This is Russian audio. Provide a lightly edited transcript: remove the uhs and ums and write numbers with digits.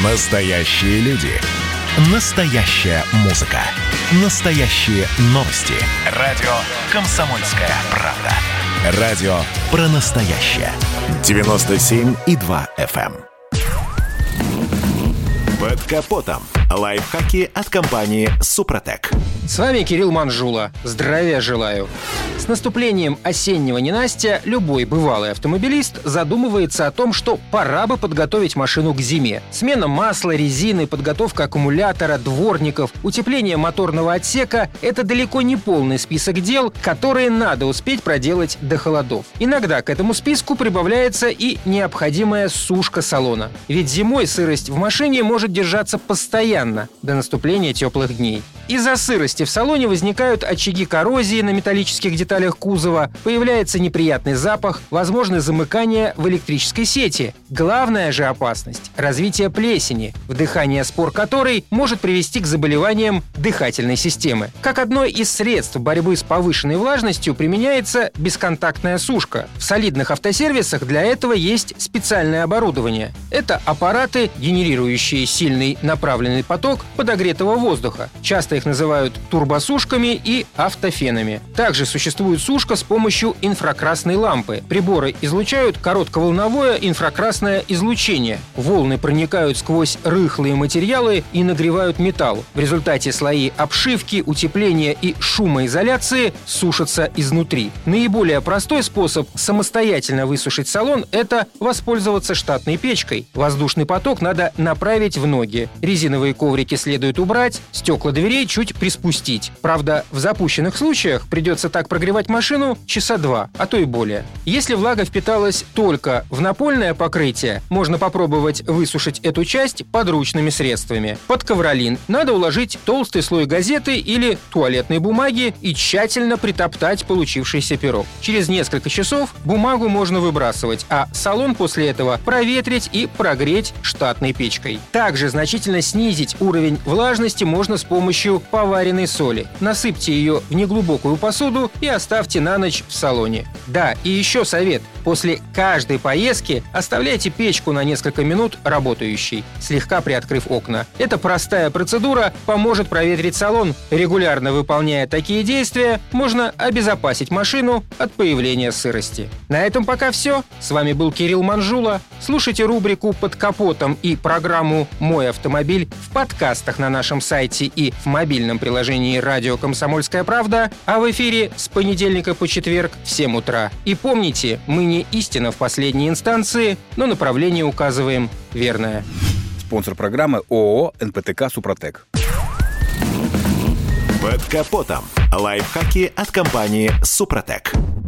Настоящие люди. Настоящая музыка. Настоящие новости. Радио «Комсомольская правда». Радио про настоящее. 97,2 FM. Под капотом. Лайфхаки от компании «Супротек». С вами Кирилл Манжула. Здравия желаю. С наступлением осеннего ненастья любой бывалый автомобилист задумывается о том, что пора бы подготовить машину к зиме. Смена масла, резины, подготовка аккумулятора, дворников, утепление моторного отсека – это далеко не полный список дел, которые надо успеть проделать до холодов. Иногда к этому списку прибавляется и необходимая сушка салона. Ведь зимой сырость в машине может держаться постоянно до наступления теплых дней. Из-за сырости в салоне возникают очаги коррозии на металлических деталях кузова, появляется неприятный запах, возможно замыкание в электрической сети. Главная же опасность – развитие плесени, вдыхание спор которой может привести к заболеваниям дыхательной системы. Как одно из средств борьбы с повышенной влажностью применяется бесконтактная сушка. В солидных автосервисах для этого есть специальное оборудование. Это аппараты, генерирующие сильный направленный поток подогретого воздуха. Часто их называют турбосушками и автофенами. Также существует сушка с помощью инфракрасной лампы. Приборы излучают коротковолновое инфракрасное излучение. Волны проникают сквозь рыхлые материалы и нагревают металл. В результате слои обшивки, утепления и шумоизоляции сушатся изнутри. Наиболее простой способ самостоятельно высушить салон – это воспользоваться штатной печкой. Воздушный поток надо направить в ноги. Резиновые коврики следует убрать, стекла дверей чуть приспустить. Правда, в запущенных случаях придется так прогревать машину часа 2, а то и более. Если влага впиталась только в напольное покрытие, можно попробовать высушить эту часть подручными средствами. Под ковролин надо уложить толстый слой газеты или туалетной бумаги и тщательно притоптать получившийся пирог. Через несколько часов бумагу можно выбрасывать, а салон после этого проветрить и прогреть штатной печкой. Также значительно снизить уровень влажности можно с помощью поваренной соли. Насыпьте ее в неглубокую посуду и оставьте на ночь в салоне. Да, и еще совет. После каждой поездки оставляйте печку на несколько минут работающей, слегка приоткрыв окна. Эта простая процедура поможет проветрить салон. Регулярно выполняя такие действия, можно обезопасить машину от появления сырости. На этом пока все. С вами был Кирилл Манжула. Слушайте рубрику «Под капотом» и программу «Мой автомобиль» в подкастах на нашем сайте и в мобильном приложении «Радио Комсомольская правда», а в эфире с понедельника по четверг в 7 утра. И помните, мы не истина в последней инстанции, но направление указываем верное. Спонсор программы ООО «НПТК Супротек». Под капотом. Лайфхаки от компании «Супротек».